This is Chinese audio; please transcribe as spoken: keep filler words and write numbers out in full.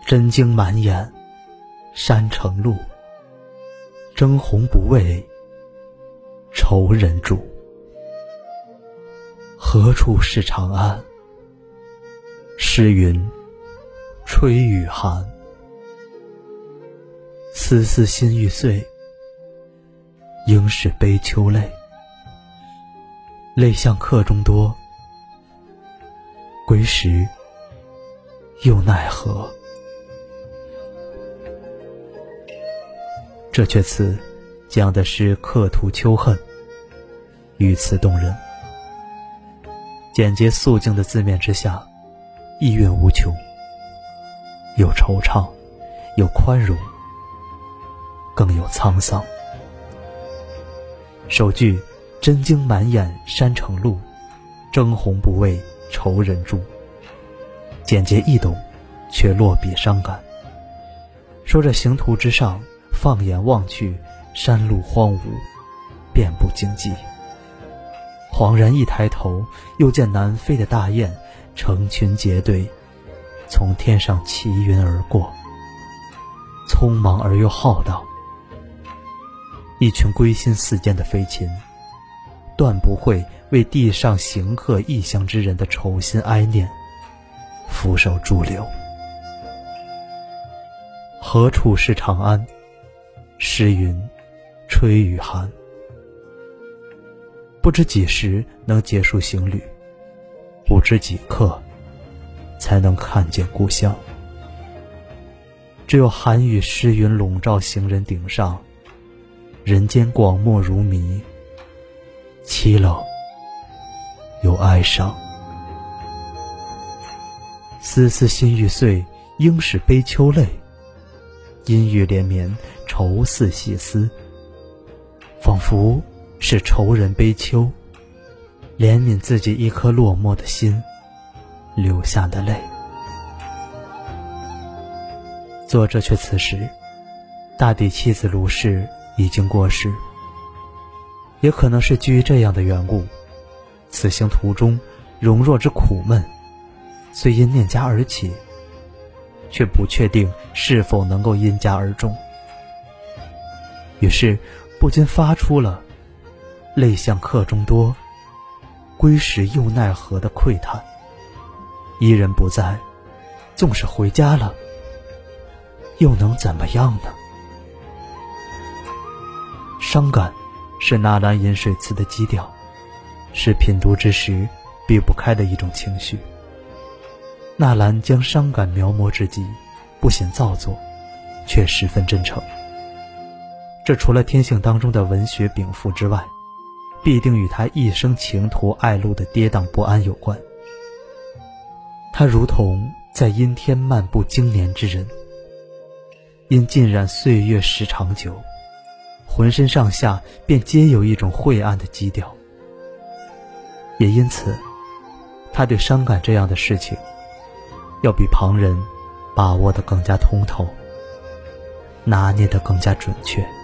真经满眼山城路，征鸿不为愁人住。何处是长安？诗云吹雨寒。丝丝心欲碎，应是悲秋泪。泪向客中多，归时又奈何。这阙词讲的是客途秋恨，语词动人。简洁素净的字面之下，意蕴无穷，有惆怅，有宽容，更有沧桑。首句真经满眼山城路，征鸿不为愁人住，简洁易懂，却落笔伤感。说着行途之上，放眼望去，山路荒芜，遍布荆棘。恍然一抬头，又见南飞的大雁成群结队，从天上齐云而过，匆忙而又浩荡。一群归心似箭的飞禽，断不会为地上行客异乡之人的愁心哀念俯首驻留。何处是长安？诗云吹雨寒。不知几时能结束行旅，不知几刻才能看见故乡。只有寒雨湿云笼罩行人顶上，人间广漠如迷，凄冷又哀伤。丝丝心欲碎，应是悲秋泪。阴雨连绵，愁似细丝，仿佛是愁人悲秋，怜悯自己一颗落寞的心流下的泪。做这阙词时，大抵妻子卢氏已经过世，也可能是基于这样的缘故，此行途中容若之苦闷，虽因念家而起，却不确定是否能够因家而终。于是不禁发出了泪向客中多，归时又奈何的喟叹。伊人不在，纵使回家了，又能怎么样呢？伤感是纳兰饮水词的基调，是品读之时避不开的一种情绪。纳兰将伤感描摹至极，不显造作，却十分真诚。这除了天性当中的文学禀赋之外，必定与他一生情途爱路的跌宕不安有关。他如同在阴天漫步经年之人，因浸染岁月时长久，浑身上下便皆有一种晦暗的基调。也因此，他对伤感这样的事情，要比旁人把握得更加通透，拿捏得更加准确。